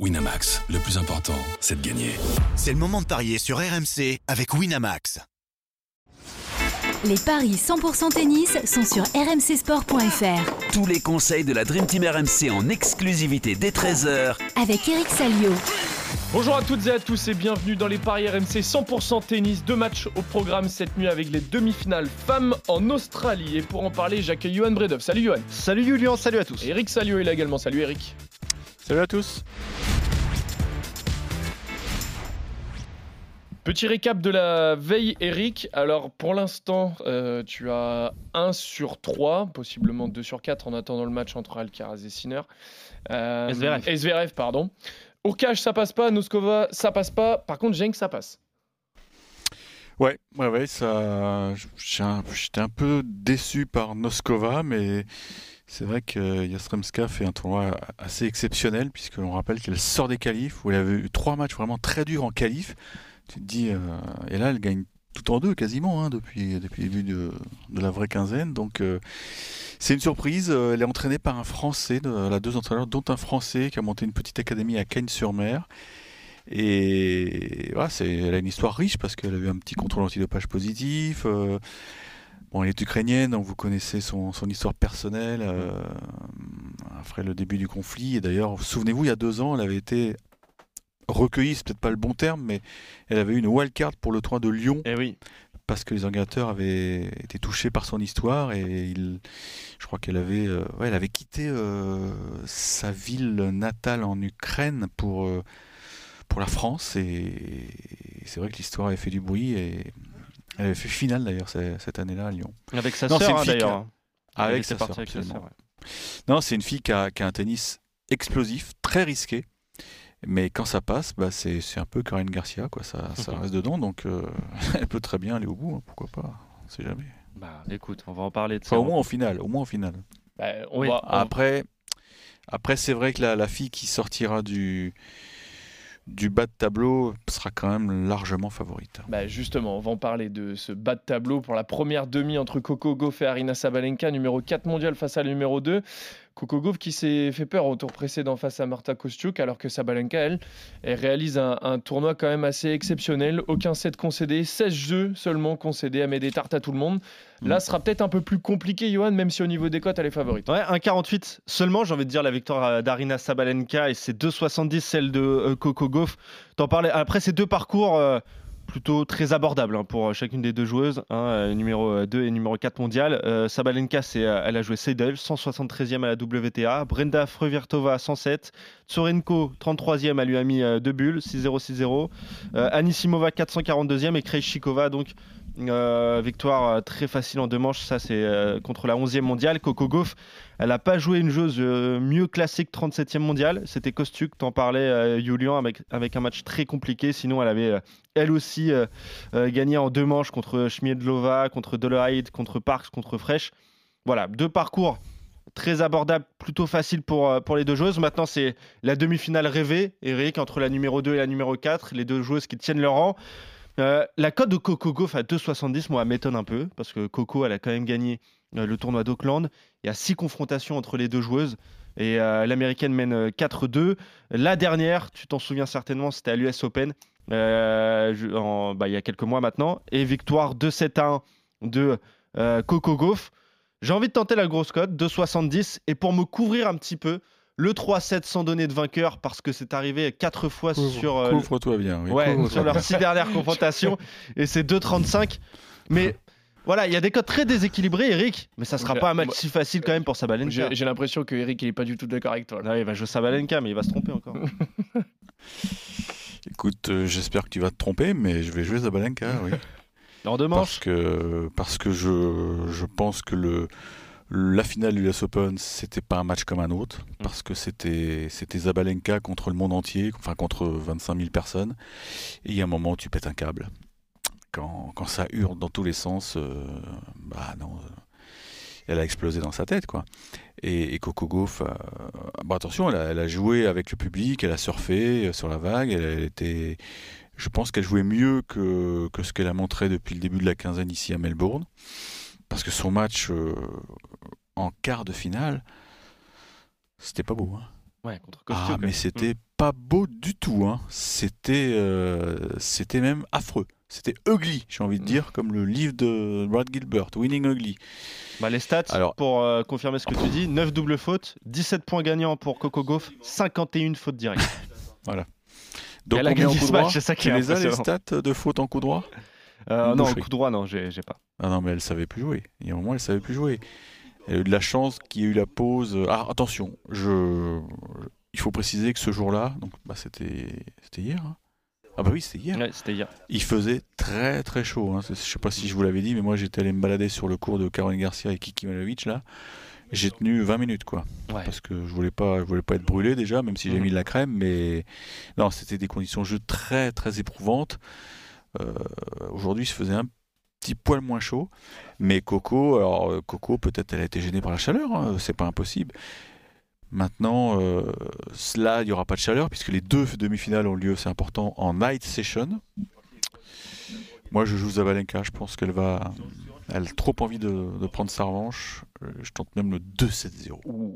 Winamax, le plus important, c'est de gagner. C'est le moment de parier sur RMC avec Winamax. Les paris 100% tennis sont sur rmcsport.fr. Tous les conseils de la Dream Team RMC en exclusivité dès 13h Avec Eric Salio. Bonjour à toutes et à tous et bienvenue dans les paris RMC 100% tennis. 2 matchs au programme cette nuit avec les demi-finales femmes en Australie. Et pour en parler, j'accueille Johan Bredov. Salut Johan. Salut Julien, salut à tous. Et Eric Salio est là également. Salut Eric. Salut à tous. Petit récap de la veille, Eric. Alors, pour l'instant, tu as 1 sur 3, possiblement 2 sur 4 en attendant le match entre Alcaraz et Sinner. Zverev, pardon. Urkash, ça passe pas. Noskova, ça passe pas. Par contre, Genk, ça passe. Ouais, ça. J'étais un peu déçu par Noskova, mais c'est vrai que Yastremska fait un tournoi assez exceptionnel, puisqu'on rappelle qu'elle sort des qualifs, où elle avait eu 3 matchs vraiment très durs en qualif. Tu te dis, et là elle gagne tout en 2 quasiment depuis le début de la vraie quinzaine, donc c'est une surprise. Elle est entraînée par un Français, elle a 2 entraîneurs, dont un Français qui a monté une petite académie à Cagnes-sur-Mer, et voilà, elle a une histoire riche parce qu'elle a eu un petit contrôle antidopage positif. Elle est ukrainienne, donc vous connaissez son histoire personnelle après le début du conflit, et d'ailleurs, souvenez-vous, il y a 2 ans, elle avait été recueillie, c'est peut-être pas le bon terme, mais elle avait eu une wildcard pour le tournoi de Lyon. Eh oui. Parce que les organisateurs avaient été touchés par son histoire, et je crois qu'elle avait, elle avait quitté sa ville natale en Ukraine pour la France, et c'est vrai que l'histoire avait fait du bruit, et elle avait fait finale d'ailleurs cette année-là à Lyon. Avec sa sœur d'ailleurs. Avec sa sœur, absolument. Non, c'est une fille qui a un tennis explosif, très risqué. Mais quand ça passe, c'est un peu Caroline Garcia, quoi. Ça reste dedans, donc elle peut très bien aller au bout, hein, pourquoi pas, on sait jamais. Écoute, on va en parler de ça. Au moins en finale. Après, c'est vrai que la fille qui sortira du bas de tableau sera quand même largement favorite. Justement, on va en parler de ce bas de tableau pour la première demi entre Coco Gauff et Aryna Sabalenka, numéro 4 mondial face à la numéro 2. Coco Gauff qui s'est fait peur au tour précédent face à Marta Kostyuk, alors que Sabalenka, elle réalise un tournoi quand même assez exceptionnel. Aucun set concédé, 16 jeux seulement concédés, à mettre des tartes à tout le monde. Là, ce sera peut-être un peu plus compliqué, Johan, même si au niveau des cotes, elle est favorite. Ouais, 1,48 seulement, j'ai envie de dire, la victoire d'Aryna Sabalenka, et c'est 2,70 celle de Coco Gauff. T'en parlais. Après, ces 2 parcours plutôt très abordables pour chacune des 2 joueuses, numéro 2 et numéro 4 mondial. Sabalenka, elle a joué Seidel, 173e à la WTA. Brenda Fruhvirtova, 107. Tsurenko, 33e, elle lui a mis 2 bulles, 6-0, 6-0. Anisimova, 442e, et Krejcikova, donc victoire très facile en 2 manches. Ça, c'est contre la 11e mondiale. Coco Gauff, elle n'a pas joué une joueuse mieux classée que 37e mondiale. C'était Kostyuk, t'en parlais, Julian, avec un match très compliqué. Sinon, elle avait elle aussi gagné en 2 manches contre Schmiedlova, contre Dolehide, contre Parks, contre Fresh. Voilà, 2 parcours très abordables, plutôt faciles pour les 2 joueuses. Maintenant, c'est la demi-finale rêvée, Eric, entre la numéro 2 et la numéro 4, les 2 joueuses qui tiennent leur rang. La cote de Coco Gauff à 2,70, moi, m'étonne un peu, parce que Coco, elle a quand même gagné le tournoi d'Auckland. Il y a 6 confrontations entre les 2 joueuses, et l'américaine mène 4-2. La dernière, tu t'en souviens certainement, c'était à l'US Open, il y a quelques mois maintenant, et victoire 2-7-1 de Coco Gauff. J'ai envie de tenter la grosse cote, 2,70, et pour me couvrir un petit peu, le 3-7 sans donner de vainqueur, parce que c'est arrivé 4 fois Couvre-toi bien. Oui, sur leurs 6 dernières confrontations, et c'est 2,35. Mais voilà, il y a des cotes très déséquilibrées, Eric, mais ça sera pas un match si facile quand même pour Sabalenka. J'ai l'impression que Eric, il est pas du tout d'accord avec toi. Là, il va jouer Sabalenka, mais il va se tromper encore. Écoute, j'espère que tu vas te tromper, mais je vais jouer Sabalenka, oui. En 2 manches. Parce que je pense que la finale du US Open, c'était pas un match comme un autre, parce que c'était Sabalenka contre le monde entier, enfin contre 25 000 personnes, et il y a un moment où tu pètes un câble. Quand ça hurle dans tous les sens, elle a explosé dans sa tête, quoi. Et Coco Gauff, attention, elle a joué avec le public, elle a surfé sur la vague, je pense qu'elle jouait mieux que ce qu'elle a montré depuis le début de la quinzaine ici à Melbourne, parce que son match en quart de finale, c'était pas beau, hein. Ouais, contre Kostyuk. Mais c'était pas beau du tout, hein. C'était même affreux. C'était ugly, j'ai envie de dire, comme le livre de Brad Gilbert, Winning Ugly. Les stats, pour confirmer ce que tu dis, 9 doubles fautes, 17 points gagnants pour Coco Gauff, 51 fautes directes. Voilà. Donc elle a combien en gagné coup ce droit? match, c'est ça qui Tu est les as, les impressionnant. stats de fautes en coup droit? Non, coup droit, non, j'ai pas. Ah non, mais elle savait plus jouer. Il y a un moment, elle savait plus jouer. Elle a eu de la chance qu'il y ait eu la pause. Ah, attention, il faut préciser que ce jour-là, donc c'était hier. Hein. Ah bah oui, c'était hier. Ouais, c'était hier. Il faisait très très chaud. Hein. Je sais pas si je vous l'avais dit, mais moi j'étais allé me balader sur le cours de Caroline Garcia et Kiki Malovic là. J'ai tenu 20 minutes quoi. Ouais. Parce que je voulais pas être brûlé déjà, même si j'ai mis de la crème. Mais non, c'était des conditions de jeu très très éprouvantes. Aujourd'hui, il se faisait un petit poil moins chaud. Mais Coco, peut-être elle a été gênée par la chaleur. Hein. C'est pas impossible. Maintenant, là, il n'y aura pas de chaleur puisque les 2 demi-finales ont lieu, c'est important, en night session. Moi, je joue Sabalenka. Je pense qu'elle a trop envie de prendre sa revanche. Je tente même le 2-7-0.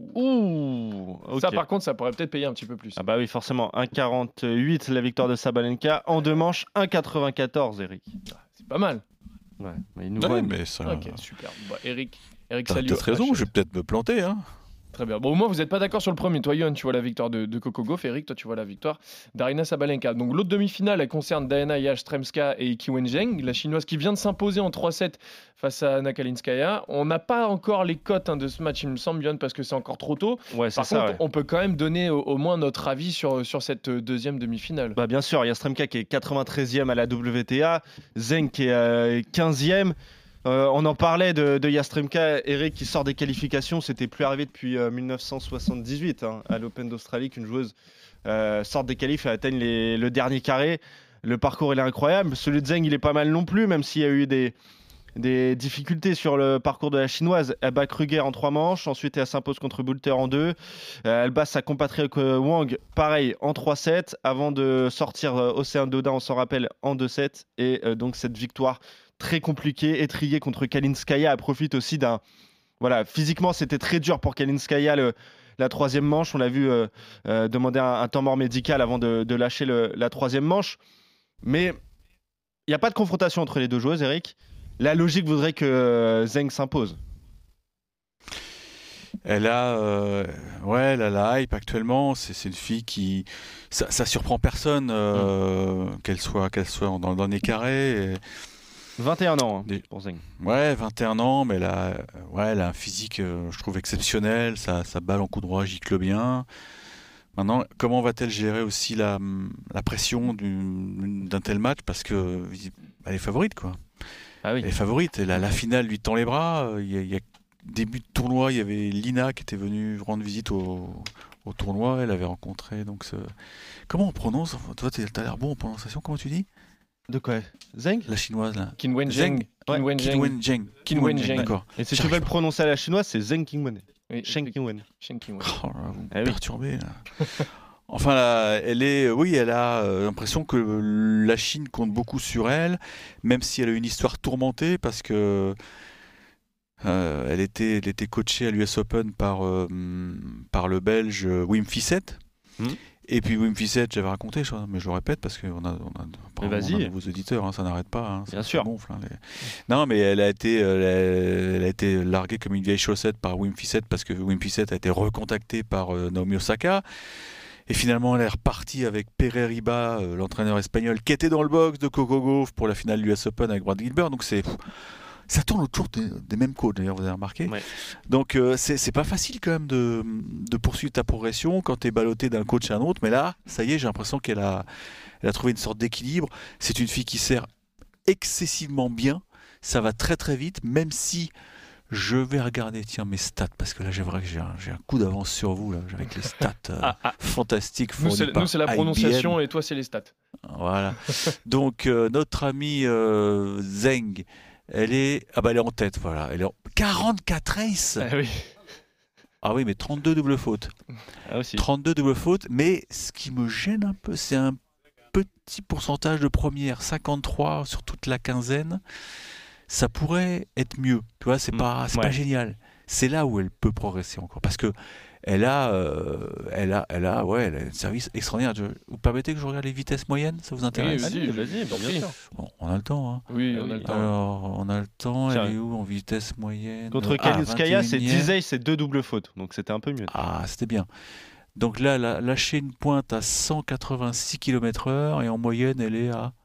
Ouh, okay. Ça, par contre, ça pourrait peut-être payer un petit peu plus. Ah bah oui, forcément. 1,48 la victoire de Sabalenka. En 2 manches, 1,94, Eric. C'est pas mal. Ouais, mais il nous mais ça... Ok, super. Eric T'as Salio. peut-être raison, je vais peut-être me planter. Hein. Très bien. Bon, au moins, vous n'êtes pas d'accord sur le premier. Toi, Yohan, tu vois la victoire de Coco Gauff. Eric, toi, tu vois la victoire d'Aryna Sabalenka. Donc, l'autre demi-finale, elle concerne Diana Yastremska et Qi Weizheng, la chinoise qui vient de s'imposer en 3-7 face à Anna Kalinskaya. On n'a pas encore les cotes de ce match, il me semble, Yohan, parce que c'est encore trop tôt. Ouais, Par contre, on peut quand même donner au moins notre avis sur cette deuxième demi-finale. Bah, bien sûr, Yastremska qui est 93e à la WTA, Zheng qui est 15e. On en parlait de Yastremska, Eric qui sort des qualifications, c'était plus arrivé depuis 1978 à l'Open d'Australie qu'une joueuse sorte des qualifs et atteigne le dernier carré. Le parcours il est incroyable, celui de Zheng il est pas mal non plus, même s'il y a eu des difficultés sur le parcours de la chinoise. Elle bat Kruger en 3 manches, ensuite elle s'impose contre Boulter en 2. Elle bat sa compatriote Wang, pareil, en 3-7, avant de sortir Océane Dodin, on s'en rappelle, en 2-7. Et donc cette victoire très compliquée, étriée contre Kalinskaya. Elle profite aussi d'un... Voilà, physiquement c'était très dur pour Kalinskaya la 3e manche. On l'a vu demander un temps mort médical avant de lâcher la 3e manche. Mais il n'y a pas de confrontation entre les deux joueuses, Eric. La logique voudrait que Zheng s'impose. Elle a la hype actuellement. C'est une fille qui... Ça surprend personne qu'elle soit dans le dernier carré. 21 ans pour Zheng. Ouais, 21 ans, mais elle a un physique, je trouve, exceptionnel. Sa balle en coup droit gicle bien. Maintenant, comment va-t-elle gérer aussi la pression d'un tel match? Parce qu'elle est favorite, quoi. Ah oui. Elle est favorite. La finale lui tend les bras. Il y a début de tournoi, il y avait Lina qui était venue rendre visite au tournoi. Elle avait rencontré donc Comment on prononce? Toi, t'as l'air bon en prononciation. Comment tu dis? De quoi? Zheng? La chinoise là. Qi Weizheng. Qi Weizheng. D'accord. Et si tu veux le prononcer à la chinoise, c'est Zheng Qingwen. Oui, Shen Qingwen. Oh là, vous me perturbez là. Enfin, là, elle a l'impression que la Chine compte beaucoup sur elle, même si elle a une histoire tourmentée, parce que elle était coachée à l'US Open par le Belge Wim Fissette. Et puis Wim Fissette, j'avais raconté, mais je le répète parce qu'on a de nouveaux auditeurs, ça n'arrête pas. Bien sûr. Gonfle, Non, mais elle a été larguée comme une vieille chaussette par Wim Fissette parce que Wim Fissette a été recontacté par Naomi Osaka. Et finalement, elle est repartie avec Pere Riba, l'entraîneur espagnol, qui était dans le box de Coco Gauff pour la finale de l'US Open avec Brad Gilbert. Donc ça tourne autour des mêmes coachs, d'ailleurs, vous avez remarqué. Ouais. Donc c'est pas facile quand même de poursuivre ta progression quand tu es ballotté d'un coach à un autre. Mais là, ça y est, j'ai l'impression qu'elle a trouvé une sorte d'équilibre. C'est une fille qui sert excessivement bien. Ça va très très vite, même si... Je vais regarder mes stats parce que là j'ai un coup d'avance sur vous là, avec les stats fantastiques fournis par nous c'est la prononciation et toi c'est les stats. Voilà. Donc notre amie Zheng, elle est en tête, voilà. Elle est 44 aces. Ah oui. Ah oui, mais 32 doubles fautes. Ah aussi. 32 doubles fautes, mais ce qui me gêne un peu, c'est un petit pourcentage de première, 53 sur toute la quinzaine. Ça pourrait être mieux, tu vois, c'est pas génial. C'est là où elle peut progresser encore, parce que elle a un service extraordinaire. Vous permettez que je regarde les vitesses moyennes, ça vous intéresse? Oui, Vas-y, bien sûr. Bon, on a le temps. Hein. Oui, on a le temps. Alors, on a le temps. Tiens. Elle est où en vitesse moyenne? Contre Kalinskaya, c'est 21e. 10 c'est 2 doubles fautes, donc c'était un peu mieux. Ah, c'était bien. Donc là, elle a lâché une pointe à 186 km/h et en moyenne, elle est à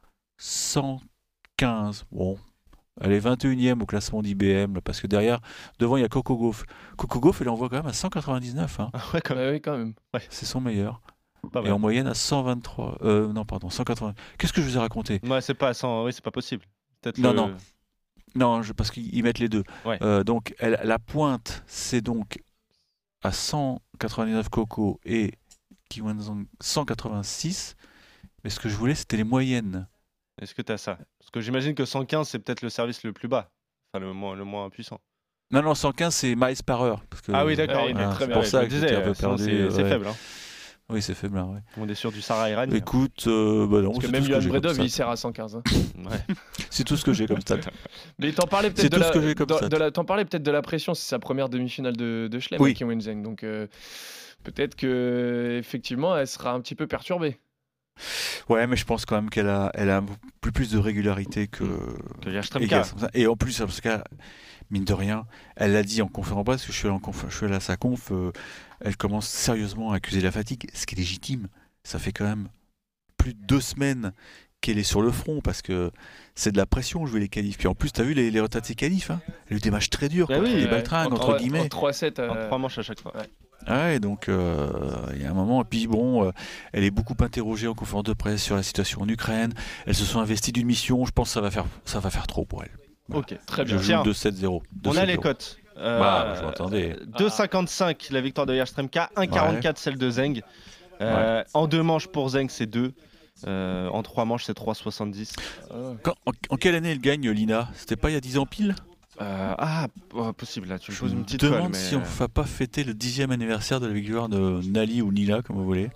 115. Bon, elle est 21e au classement d'IBM, là, parce que devant, il y a Coco Gauff. Coco Gauff, elle envoie quand même à 199. Hein. Ouais, quand même. Oui, quand même. C'est son meilleur. Pas Et mal. en moyenne à 123. Non, pardon, 180. Qu'est-ce que je vous ai raconté? Ouais, c'est pas oui, c'est pas possible. Peut-être Non. Non, parce qu'ils mettent les deux. Ouais. Donc, la pointe, c'est donc à 199 Coco et Kiwanzong 186. Mais ce que je voulais, c'était les moyennes. Est-ce que tu as ça? Parce que j'imagine que 115, c'est peut-être le service le plus bas. Enfin, le moins puissant. Non, 115, c'est miles par heure. Parce que, Ah oui, d'accord. Ouais, oui, très c'est bien. pour ça je que disais, j'étais un peu sinon, perdu. c'est ouais. faible. Hein. Oui, c'est faible, là, ouais. On est sur du Sahara iranien. Écoute, bah non, Parce que c'est même tout ce que Johan j'ai comme Bredov, stat. il sert à 115. Hein. Ouais. C'est tout ce que j'ai comme stat. Mais t'en parlais C'est peut-être tout ce que j'ai comme stat. t'en parlais peut-être de la pression, c'est sa première demi-finale de Chelem Oui. avec Kim Wenzheng. Donc peut-être que effectivement, elle sera un petit peu perturbée. Ouais, mais je pense quand même qu'elle a un peu plus de régularité que Yastremka. Et en plus, parce que mine de rien, elle l'a dit en conférence parce que je suis allé à sa conf, elle commence sérieusement à accuser la fatigue, ce qui est légitime. Ça fait quand même plus de 2 semaines qu'elle est sur le front parce que c'est de la pression jouer les qualifs. Puis en plus, t'as vu les retards de ses qualifs, hein, elle a eu des matchs très durs Bah contre oui, les ouais. baltringues, entre guillemets. En 3-7. En 3 manches à chaque fois. Ouais. Ah ouais, donc il y a un moment, et puis bon, elle est beaucoup interrogée en conférence de presse sur la situation en Ukraine. Elles se sont investies d'une mission, je pense que ça va faire trop pour elle. Voilà. Ok, Très Je bien. joue Tiens, 2-7-0. on a les 2-7-0. cotes. Bah, je m'attendais. 2,55 la victoire de Yastremka, 1,44 celle de Zeng. En 2 manches pour Zeng, c'est 2. En 3 manches, c'est 3,70. En quelle année elle gagne, Lina? C'était pas il y a 10 ans pile? Possible, là, tu me Je poses me une petite demande colle, mais... si on ne va pas fêter le 10e anniversaire de la victoire de Nali ou Nila, comme vous voulez.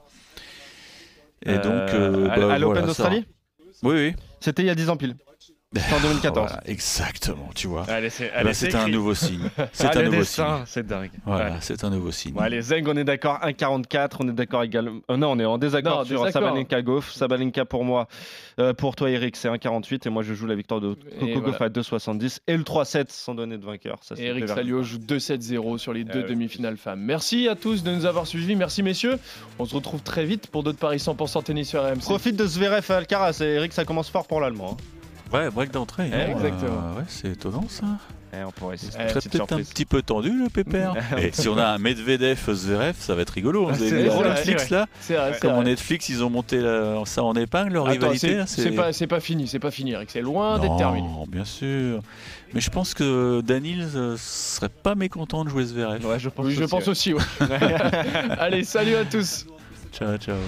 Et donc, à l'Open voilà, d'Australie ça. Oui. C'était il y a 10 ans pile. C'était en 2014. Voilà, exactement, tu vois. Allez, C'est un nouveau signe. C'est un les nouveau dessins, signe. c'est dingue. Voilà, Ouais. c'est un nouveau signe. Bon, allez, Zeng, on est d'accord, 1,44. On est d'accord également. Non, on est en désaccord Non, sur désaccord. Sabalenka Gauff. Sabalenka pour moi, pour toi, Eric, c'est 1,48. Et moi, je joue la victoire de Coco Gauff à 2,70. Et le 3-7 sans donner de vainqueur. Ça, c'est Eric plus Salio joue 2-7-0 sur les 2 ouais. demi-finales femmes. Merci à tous de nous avoir suivis. Merci messieurs. On se retrouve très vite pour d'autres paris 100% tennis sur RMC. Profite de Zverev à Alcaraz. Et Eric, ça commence fort pour l'Allemand. Hein. Ouais, break d'entrée. hein. Exactement. Ouais, c'est étonnant ça. On pourrait essayer. Eh, C'est peut-être un petit peu tendu le pépère. Et si on a un Medvedev-Zverev, ça va être rigolo. Vous avez vu vrai, Netflix là? C'est vrai, c'est Comme vrai. en Netflix, ils ont monté ça en épingle, leur Attends, rivalité. là, c'est pas fini, Eric. C'est loin d'être terminé. Non, bien sûr. Mais je pense que Daniel serait pas mécontent de jouer Zverev. Ouais, je pense Oui, je aussi, pense aussi. Ouais. Allez, salut à tous. Ciao, ciao.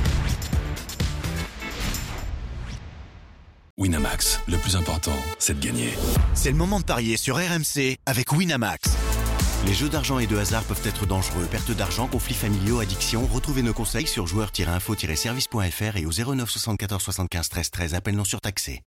Winamax, le plus important, c'est de gagner. C'est le moment de parier sur RMC avec Winamax. Les jeux d'argent et de hasard peuvent être dangereux. Perte d'argent, conflits familiaux, addiction. Retrouvez nos conseils sur joueurs-info-service.fr et au 09 74 75 13 13. Appel non surtaxé.